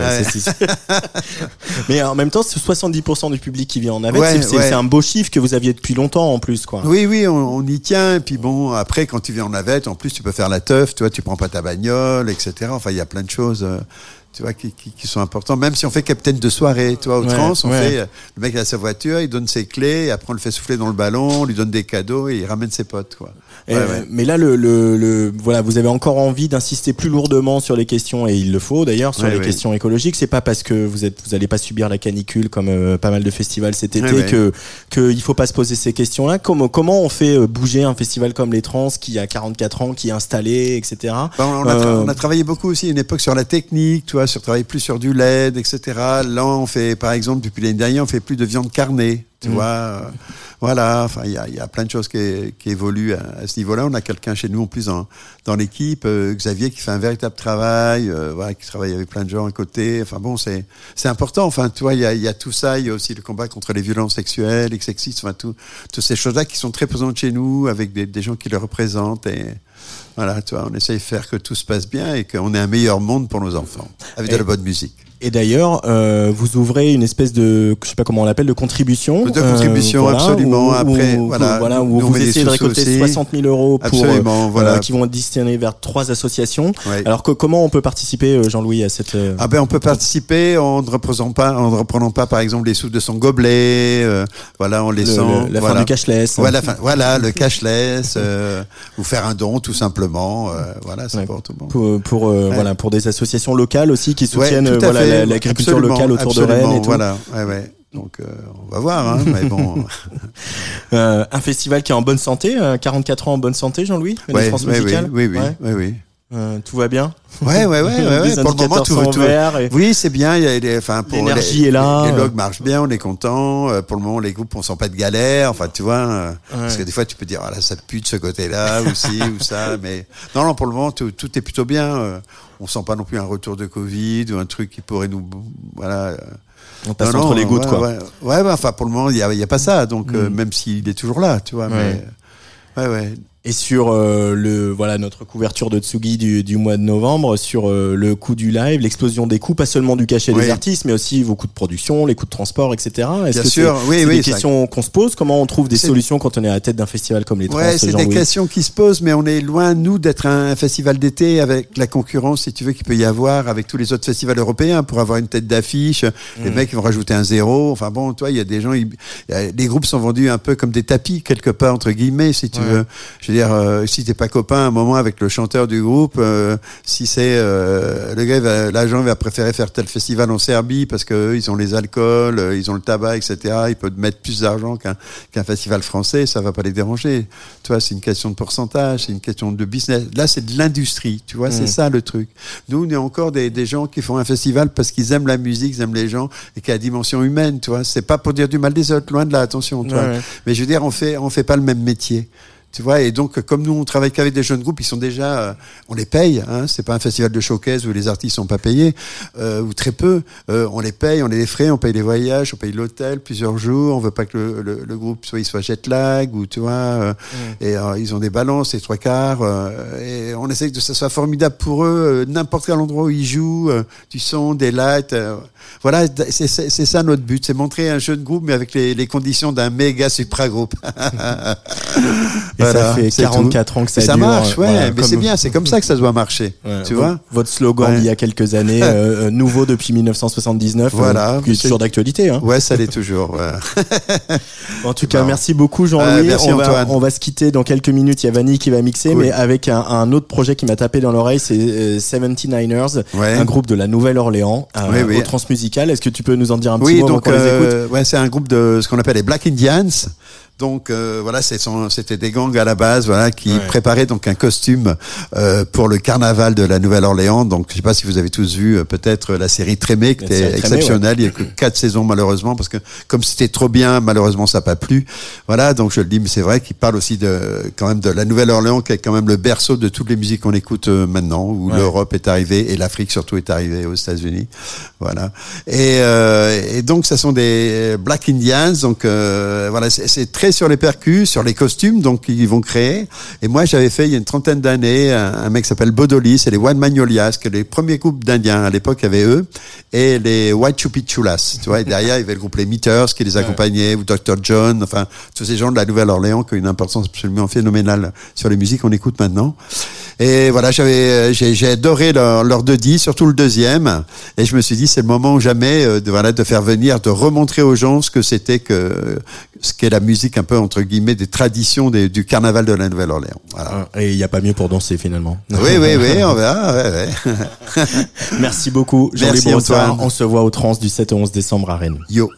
Mais en même temps, c'est 70% du public qui vient en navette. C'est un beau chiffre que vous aviez depuis longtemps en plus, quoi. Oui, on y tient. Et puis bon, après, quand tu viens en navette, en plus, tu peux faire la teuf. Tu vois, tu prends pas ta bagnole, etc. Enfin, il y a plein de choses. tu vois, qui sont importants. Même si on fait capitaine de soirée, tu vois, au trans, on fait, le mec a sa voiture, il donne ses clés, et après on le fait souffler dans le ballon, on lui donne des cadeaux et il ramène ses potes, quoi. Mais là, voilà, vous avez encore envie d'insister plus lourdement sur les questions, et il le faut d'ailleurs, sur les questions écologiques. C'est pas parce que vous allez pas subir la canicule comme pas mal de festivals cet été que il faut pas se poser ces questions-là. Comment on fait bouger un festival comme les Trans qui a 44 ans, qui est installé, etc. On a travaillé beaucoup aussi à une époque sur la technique, tu vois, travailler plus sur du LED, etc. Là, on fait, par exemple, depuis l'année dernière, on fait plus de viande carnée. Tu vois, voilà. Enfin, il y a plein de choses qui évoluent à ce niveau-là. On a quelqu'un chez nous en plus dans l'équipe, Xavier, qui fait un véritable travail, voilà, qui travaille avec plein de gens à côté. Enfin bon, c'est important. Enfin, tu vois, il y a tout ça. Il y a aussi le combat contre les violences sexuelles, les sexistes. Enfin, toutes ces choses-là qui sont très présentes chez nous, avec des gens qui les représentent. Et voilà, tu vois, on essaye de faire que tout se passe bien et qu'on ait un meilleur monde pour nos enfants, avec de la bonne musique. Et d'ailleurs, vous ouvrez une espèce de, je sais pas comment on l'appelle, de contribution. De contribution, absolument. Où vous essayez de récolter 60 000 euros pour, qui vont être destinés vers 3 associations. Ouais. Alors comment on peut participer, Jean-Louis, à cette... on peut participer en ne reprenant pas, par exemple, les sous de son gobelet, en laissant. La fin du cashless. Le cashless, ou faire un don, tout simplement. C'est pour tout le monde. Pour des associations locales aussi qui soutiennent, l'agriculture locale autour de Rennes et tout. Donc on va voir, hein, mais bon. Un festival qui est en bonne santé, 44 ans en bonne santé, Jean-Louis. France musicale. Oui. Tout va bien. Ouais. Pour le moment, tout va. Oui, c'est bien. L'énergie est là. Les logs marchent bien, on est content. Pour le moment, les groupes, on sent pas de galère. Enfin, tu vois, parce que des fois, tu peux dire, là, ça pue de ce côté-là, ou ci, ou ça. Mais non, pour le moment, tout est plutôt bien. On sent pas non plus un retour de Covid ou un truc qui pourrait nous, on passe entre les gouttes, quoi. Pour le moment, il y a pas ça. Donc, même s'il est toujours là, tu vois. Mais, Et sur notre couverture de Tsugi du mois de novembre, sur le coût du live, l'explosion des coûts, pas seulement du cachet des artistes, mais aussi vos coûts de production, les coûts de transport, etc. Est-ce que c'est des questions qu'on se pose? Comment on trouve des solutions quand on est à la tête d'un festival comme les Trans? C'est des questions qui se posent, mais on est loin, nous, d'être un festival d'été avec la concurrence, si tu veux, qu'il peut y avoir avec tous les autres festivals européens pour avoir une tête d'affiche. Les mecs vont rajouter un 0. Enfin bon, toi, il y a des gens, les groupes sont vendus un peu comme des tapis, quelque part, entre guillemets, si tu veux. Je veux dire, si t'es pas copain à un moment avec le chanteur du groupe, si c'est le gars, l'agent va préférer faire tel festival en Serbie parce que ils ont les alcools, ils ont le tabac, etc. Il peut mettre plus d'argent qu'un festival français, ça va pas les déranger. Tu vois, c'est une question de pourcentage, c'est une question de business. Là, c'est de l'industrie, tu vois, c'est ça le truc. Nous, on est encore des gens qui font un festival parce qu'ils aiment la musique, ils aiment les gens et qui a la dimension humaine, tu vois. C'est pas pour dire du mal des autres, loin de là, attention, tu vois. Mais je veux dire, on fait pas le même métier. Tu vois, et donc, comme nous, on travaille qu'avec des jeunes groupes, ils sont déjà, on les paye, hein. C'est pas un festival de showcase où les artistes sont pas payés, ou très peu. On les paye, on les frais, on paye les voyages, on paye l'hôtel, plusieurs jours. On veut pas que le groupe soit jet lag, ou tu vois, et ils ont des balances, et 3/4, et on essaie que ça soit formidable pour eux, n'importe quel endroit où ils jouent, du son, des lights, voilà, c'est ça notre but, c'est montrer un jeune groupe, mais avec les conditions d'un méga supra groupe. Et ça fait 44 ans que ça dure. Ça marche, mais c'est bien, c'est comme ça que ça doit marcher. Tu vois, votre slogan d'il y a quelques années, nouveau depuis 1979, qui est toujours d'actualité. Hein. Ouais, ça l'est toujours. En tout cas, merci beaucoup Jean-Louis. On va se quitter dans quelques minutes. Il y a Vanny qui va mixer, mais avec un autre projet qui m'a tapé dans l'oreille, c'est 79ers, un groupe de la Nouvelle-Orléans, au Transmusical. Est-ce que tu peux nous en dire un petit mot avant qu'on les écoute? C'est un groupe de ce qu'on appelle les Black Indians. Donc c'était des gangs à la base, qui préparaient donc un costume pour le carnaval de la Nouvelle-Orléans. Donc je sais pas si vous avez tous vu peut-être la série Trémé, qui était exceptionnelle. Il y a que 4 saisons malheureusement, parce que comme c'était trop bien, malheureusement ça n'a pas plu. Voilà, donc je le dis, mais c'est vrai qu'il parle aussi quand même de la Nouvelle-Orléans, qui est quand même le berceau de toutes les musiques qu'on écoute maintenant, où l'Europe est arrivée et l'Afrique surtout est arrivée aux États-Unis. Voilà. Et donc ça sont des Black Indians. Donc c'est très créent sur les percus, sur les costumes, donc ils vont créer. Et moi, j'avais fait il y a une trentaine d'années un mec qui s'appelle Bodoli, c'est les One Magnolias, que les premiers groupes d'Indiens à l'époque avaient eux, et les White Chupichulas. Tu vois, et derrière il y avait le groupe les Meters qui les accompagnaient, ou Dr. John, enfin tous ces gens de la Nouvelle-Orléans qui ont une importance absolument phénoménale sur les musiques qu'on écoute maintenant. Et voilà, j'ai adoré leur 2 surtout le deuxième, et je me suis dit c'est le moment ou jamais de faire venir, de remontrer aux gens ce que c'était ce qu'est la musique un peu entre guillemets des traditions du carnaval de la Nouvelle-Orléans. Voilà. Et il n'y a pas mieux pour danser finalement. Oui, on verra. Ouais. Merci beaucoup, Jean-Louis Merci, Brossard. Antoine. On se voit au Trans du 7 au 11 décembre à Rennes. Yo.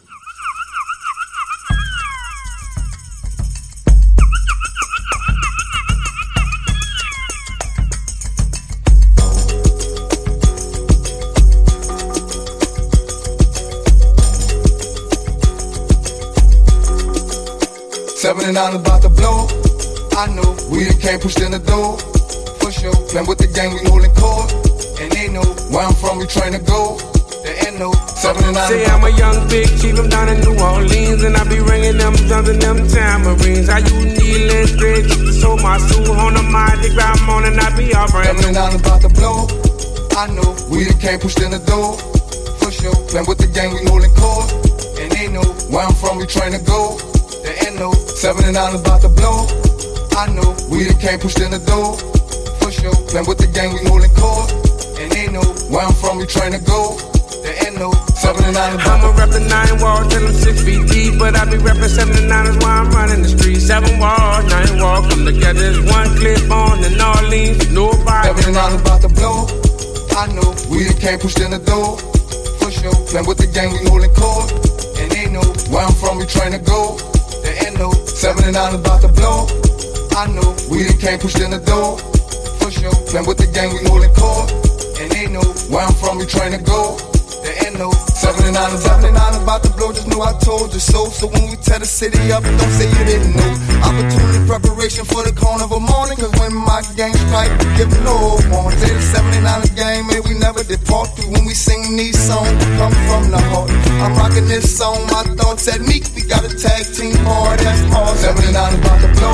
Seven and 9 about to blow. I know we done came pushed in the door. For sure, playing with the gang, we holding court. And they know where I'm from, we trying to go. There ain't no 7 and 9. Say I'm a young big chief, I'm down in New Orleans, and I be ringing them drums and them tamarines. I use needle and thread just to sew my suit on the mind. They grab on and I be all brand new. 7 and 9 about to blow. I know we done came pushed in the door. For sure, playing with the gang, we holding court. And they know where I'm from, we trying to go. There ain't no 7 and 9 about to blow. I know we done came pushed in the door. For sure, playing with the gang, we holding court. And they know where I'm from, we trying to go. There ain't no 7 and 9 about I'ma rep the 9 walls till I'm 6 feet deep, but I be reppin' 7 and 9 is why I'm running the streets. 7 walls, 9 walls, come together as one clip on in Orleans. Nobody 7 and 9 about to blow. I know we done came pushed in the door. For sure, playing with the gang, we holding court. And they know where I'm from, we trying to go. There ain't no 7 and 9 about to blow. I know we done came pushed in the door. For sure, playing with the gang, we holding court. And they know where I'm from, we trying to go. There ain't no 7 and 9 about to blow, just know I told you so. So when we tear the city up, don't say you didn't know. Opportunity preparation for the carnival morning, cause when my gang strike, we give no warning. Say the 7 and 9 game, man, we never depart through. When we sing these songs, we come from the heart. I'm rocking this song, my thoughts at me. We got a tag team hard, that's hard. 7 and 9 about to blow.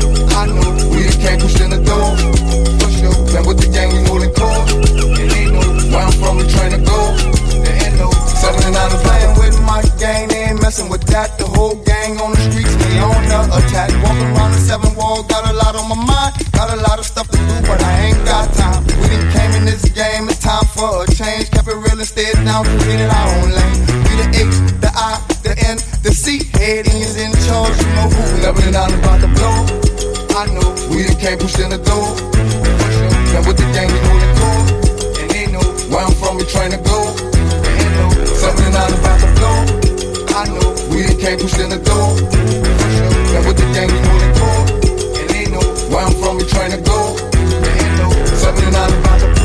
I know we done came pushed in the door. For sure, playing with the gang, we holding court. And they know where I'm from, we trying to go. There ain't no 7 and 9 playing with my gang, they ain't messing with that. The whole gang on the streets, they on the attack. Walking around the 7 wall, got a lot on my mind. Got a lot of stuff to do, but I ain't got time. We done came in this game, it's time for a change. Kept it real and stayed down to get in our own lane. We the H, the I, the N, the C. Head is in charge, you know who. 7 and 9 about to blow. I know we done came pushed in the door. And with the gang, we holding court. And they know where I'm from, we trying to go. There ain't no 7 and 9 about to blow. I know we done came pushed in the door. And with the gang, we holding court. And they know where I'm from, we trying to go. There ain't no 7 and 9 about to blow.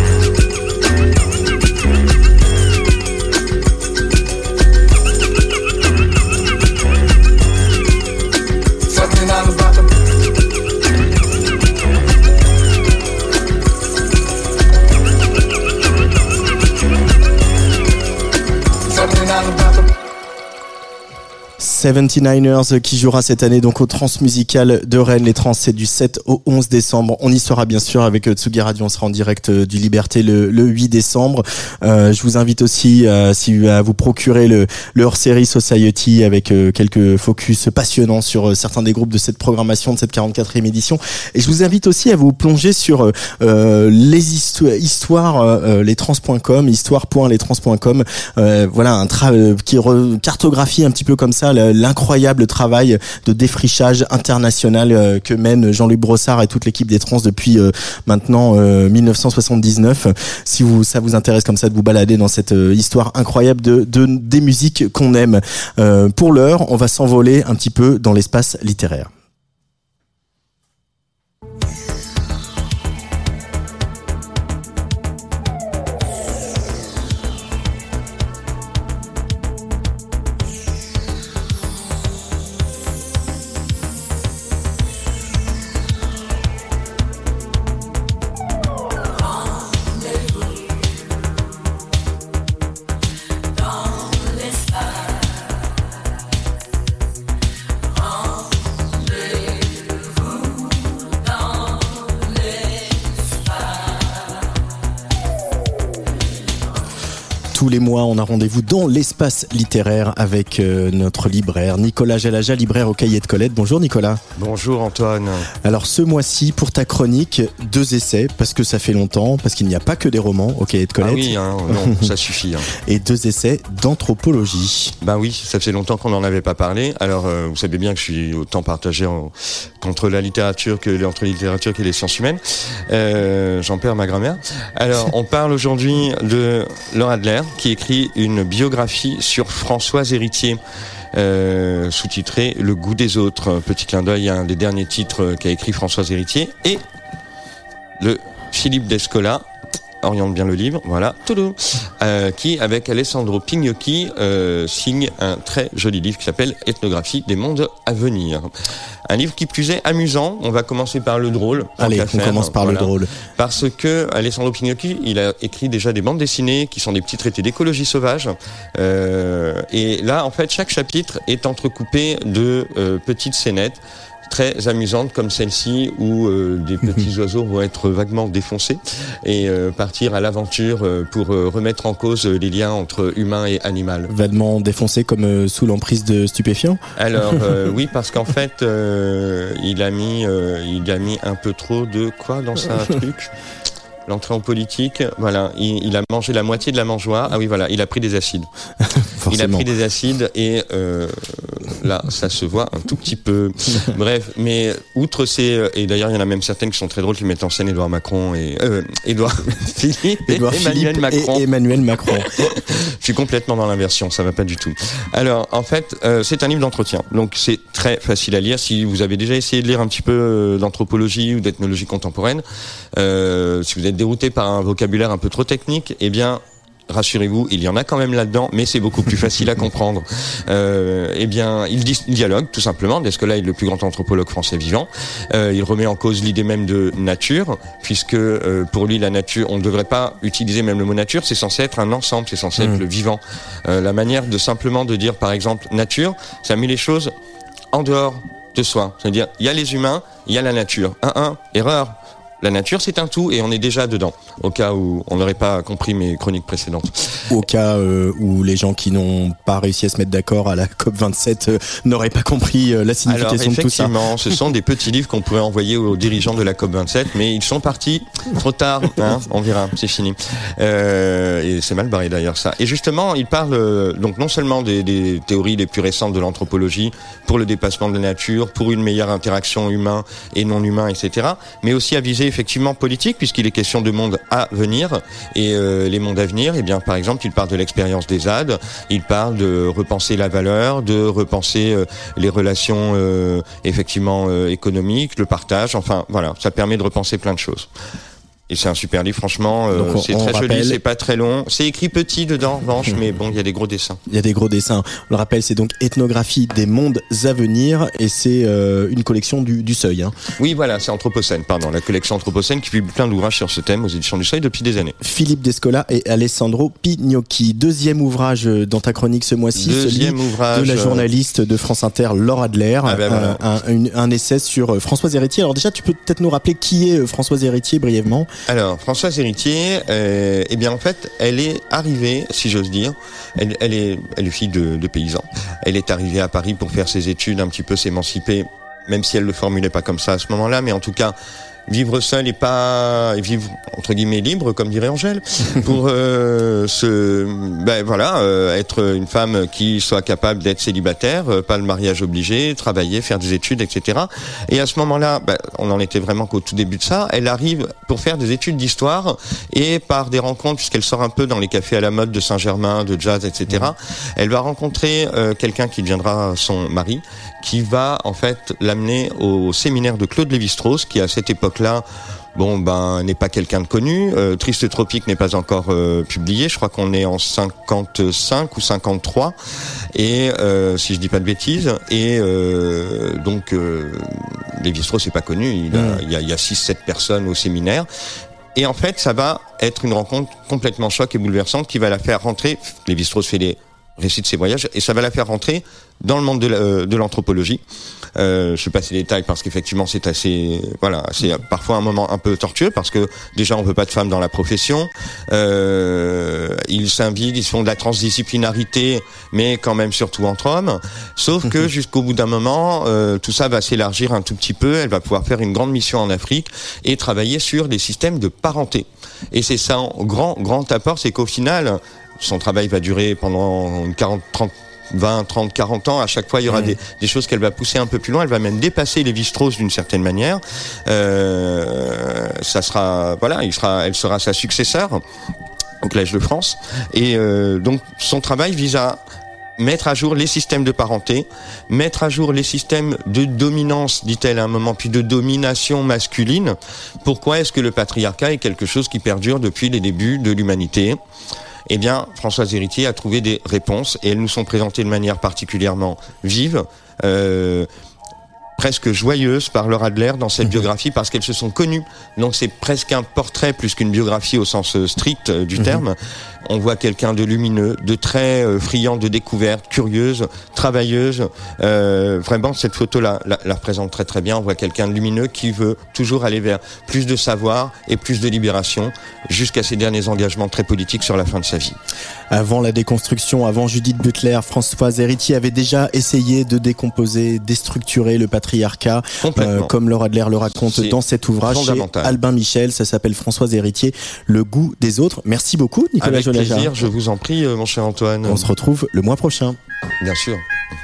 7 and 9 about to blow. 79ers qui jouera cette année donc au Transmusical de Rennes. Les Trans, c'est du 7 au 11 décembre. On y sera bien sûr avec Tsugi Radio. On sera en direct du Liberté le 8 décembre. Je vous invite aussi à vous procurer le hors-série Society avec quelques focus passionnants sur certains des groupes de cette programmation de cette 44e édition. Et je vous invite aussi à vous plonger sur les histoires, lestrans.com, histoire.lestrans.com. Voilà un qui cartographie un petit peu comme ça l'incroyable travail de défrichage international que mène Jean-Louis Brossard et toute l'équipe des Trans depuis maintenant 1979. Si ça vous intéresse comme ça de vous balader dans cette histoire incroyable des musiques qu'on aime. Pour l'heure, on va s'envoler un petit peu dans l'espace littéraire. Tous les mois, on a rendez-vous dans l'espace littéraire avec notre libraire Nicolas Jalaja, libraire au Cahier de Colette. Bonjour Nicolas. Bonjour Antoine. Alors ce mois-ci, pour ta chronique, 2 essais, parce que ça fait longtemps, parce qu'il n'y a pas que des romans au Cahier de Colette. Ah oui, non, ça suffit. Et 2 essais d'anthropologie. Ben oui, ça fait longtemps qu'on n'en avait pas parlé. Alors vous savez bien que je suis autant partagé entre la littérature que les sciences humaines. J'en perds ma grammaire. Alors on parle aujourd'hui de Laura Adler, qui écrit une biographie sur Françoise Héritier, sous-titrée Le goût des autres. Petit clin d'œil à un des derniers titres qu'a écrit Françoise Héritier. Et le Philippe Descola, oriente bien le livre, voilà, qui, avec Alessandro Pignocchi, signe un très joli livre qui s'appelle Ethnographie des mondes à venir. Un livre qui plus est amusant. On va commencer par le drôle. Allez, on commence par le drôle. Parce que Alessandro Pignocchi, il a écrit déjà des bandes dessinées qui sont des petits traités d'écologie sauvage. Et là, en fait, chaque chapitre est entrecoupé de petites scénettes très amusantes comme celle-ci où des petits oiseaux vont être vaguement défoncés et partir à l'aventure pour remettre en cause les liens entre humain et animal. Vaguement défoncés comme sous l'emprise de stupéfiants ? Alors oui, parce qu'en fait il a mis un peu trop de quoi dans sa truc. L'entrée en politique, voilà, il a mangé la moitié de la mangeoire. Ah oui, voilà, il a pris des acides. Il a pris des acides et là, ça se voit un tout petit peu. Bref, mais outre et d'ailleurs, il y en a même certaines qui sont très drôles, qui mettent en scène Édouard Macron et Édouard Philippe et Emmanuel Macron. Et Emmanuel Macron. Je suis complètement dans l'inversion, ça va pas du tout. Alors, en fait, c'est un livre d'entretien, donc c'est très facile à lire. Si vous avez déjà essayé de lire un petit peu d'anthropologie ou d'ethnologie contemporaine, si vous êtes dérouté par un vocabulaire un peu trop technique, eh bien, rassurez-vous, il y en a quand même là-dedans, mais c'est beaucoup plus facile à comprendre. Eh bien, il dialogue, tout simplement. Descola est le plus grand anthropologue français vivant. Il remet en cause l'idée même de nature, puisque pour lui, la nature, on ne devrait pas utiliser même le mot nature, c'est censé être un ensemble, c'est censé être le vivant. La manière de simplement de dire, par exemple, nature, ça met les choses en dehors de soi. C'est-à-dire, il y a les humains, il y a la nature. Erreur. La nature, c'est un tout et on est déjà dedans, au cas où on n'aurait pas compris mes chroniques précédentes. Au cas où les gens qui n'ont pas réussi à se mettre d'accord à la COP27 n'auraient pas compris la signification de tout ça. Alors effectivement, ce sont des petits livres qu'on pourrait envoyer aux dirigeants de la COP27, mais ils sont partis trop tard, on verra, c'est fini. Et c'est mal barré d'ailleurs ça. Et justement, il parle donc non seulement des théories les plus récentes de l'anthropologie pour le dépassement de la nature, pour une meilleure interaction humain et non humain, etc., mais aussi à viser effectivement politique, puisqu'il est question de mondes à venir. Et les mondes à venir, eh bien, par exemple, il parle de l'expérience des ZAD, il parle de repenser la valeur, de repenser les relations effectivement économiques, le partage, enfin voilà, ça permet de repenser plein de choses. Et c'est un super livre, franchement, c'est très joli, c'est pas très long. C'est écrit petit dedans, en revanche, mais bon, il y a des gros dessins. Il y a des gros dessins. On le rappelle, c'est donc Ethnographie des mondes à venir, et c'est une collection du Seuil. Hein. Oui, voilà, c'est Anthropocène, la collection Anthropocène qui publie plein d'ouvrages sur ce thème aux éditions du Seuil depuis des années. Philippe Descola et Alessandro Pignocchi. 2e ouvrage dans ta chronique ce mois-ci, celui de la journaliste de France Inter, Laura Adler, voilà. un essai sur Françoise Héritier. Alors déjà, tu peux peut-être nous rappeler qui est Françoise Héritier brièvement ? Alors, Françoise Héritier, eh bien en fait, elle est arrivée, si j'ose dire, elle est fille de paysans. Elle est arrivée à Paris pour faire ses études, un petit peu s'émanciper, même si elle le formulait pas comme ça à ce moment-là, mais en tout cas, vivre seul et vivre entre guillemets libre, comme dirait Angèle, pour être une femme qui soit capable d'être célibataire, pas le mariage obligé, travailler, faire des études, etc. Et à ce moment-là, on en était vraiment qu'au tout début de ça. Elle arrive pour faire des études d'histoire et par des rencontres, puisqu'elle sort un peu dans les cafés à la mode de Saint-Germain, de jazz, etc. Elle va rencontrer quelqu'un qui deviendra son mari, qui va en fait l'amener au séminaire de Claude Lévi-Strauss, qui à cette époque-là n'est pas quelqu'un de connu. Triste Tropique n'est pas encore publié. Je crois qu'on est en 55 ou 53. Et si je dis pas de bêtises. Et donc Lévi-Strauss n'est pas connu. Il y a 6-7 personnes au séminaire. Et en fait, ça va être une rencontre complètement choc et bouleversante qui va la faire rentrer. Lévi-Strauss fait des récit de ses voyages, et ça va la faire rentrer dans le monde de l'anthropologie. Je passe les détails parce qu'effectivement c'est parfois un moment un peu tortueux parce que déjà on veut pas de femmes dans la profession. Ils s'inviguent, ils font de la transdisciplinarité, mais quand même surtout entre hommes. Sauf que jusqu'au bout d'un moment, tout ça va s'élargir un tout petit peu. Elle va pouvoir faire une grande mission en Afrique et travailler sur des systèmes de parenté. Et c'est ça, grand apport, c'est qu'au final, son travail va durer pendant 20, 30, 40 ans. À chaque fois, il y aura des choses qu'elle va pousser un peu plus loin. Elle va même dépasser Lévi-Strauss d'une certaine manière. Elle sera sa successeur au Collège de France. Et donc, son travail vise à mettre à jour les systèmes de parenté, mettre à jour les systèmes de dominance, dit-elle à un moment, puis de domination masculine. Pourquoi est-ce que le patriarcat est quelque chose qui perdure depuis les débuts de l'humanité ? Eh bien, Françoise Héritier a trouvé des réponses et elles nous sont présentées de manière particulièrement vive, presque joyeuse par Laura Adler dans cette biographie parce qu'elles se sont connues. Donc c'est presque un portrait plus qu'une biographie au sens strict du terme. On voit quelqu'un de lumineux, de très friand de découvertes, curieuse, travailleuse. Vraiment, cette photo la représente très très bien. On voit quelqu'un de lumineux qui veut toujours aller vers plus de savoir et plus de libération jusqu'à ses derniers engagements très politiques sur la fin de sa vie. Avant la déconstruction, avant Judith Butler, Françoise Héritier avait déjà essayé de décomposer, déstructurer le patriarcat, comme Laura Adler le raconte dans cet ouvrage chez Albin Michel. Ça s'appelle Françoise Héritier, Le goût des autres. Merci beaucoup, Nicolas Jolaja. Avec plaisir, je vous en prie, mon cher Antoine. On se retrouve le mois prochain. Bien sûr.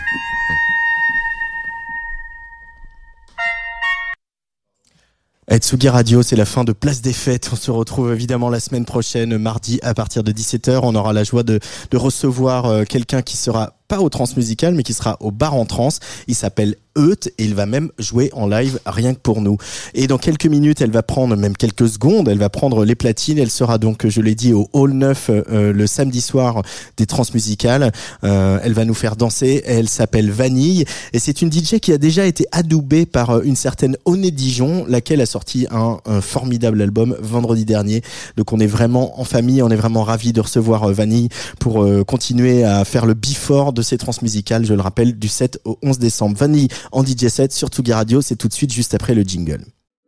Tsugi Radio, c'est la fin de Place des Fêtes. On se retrouve évidemment la semaine prochaine, mardi à partir de 17h. On aura la joie de recevoir quelqu'un qui sera pas au Transmusical, mais qui sera au bar en trans. Il s'appelle Eut et il va même jouer en live rien que pour nous. Et dans quelques minutes, elle va prendre, même quelques secondes, elle va prendre les platines. Elle sera donc, je l'ai dit, au Hall 9 le samedi soir des Transmusicales. Elle va nous faire danser. Elle s'appelle Vanille et c'est une DJ qui a déjà été adoubée par une certaine Oné Dijon, laquelle a sorti un formidable album vendredi dernier. Donc on est vraiment en famille, on est vraiment ravis de recevoir Vanille pour continuer à faire le before de ces Transmusicales, je le rappelle, du 7 au 11 décembre. Vanille en DJ set sur Tsugi Radio, c'est tout de suite juste après le jingle.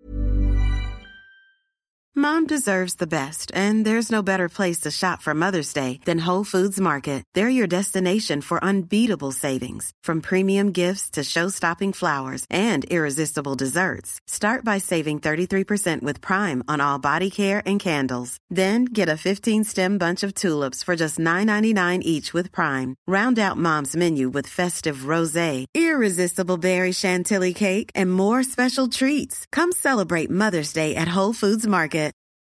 Mom deserves the best, and there's no better place to shop for Mother's Day than Whole Foods Market. They're your destination for unbeatable savings, from premium gifts to show-stopping flowers and irresistible desserts. Start by saving 33% with Prime on all body care and candles. Then get a 15-stem bunch of tulips for just $9.99 each with Prime. Round out Mom's menu with festive rosé, irresistible berry chantilly cake, and more special treats. Come celebrate Mother's Day at Whole Foods Market.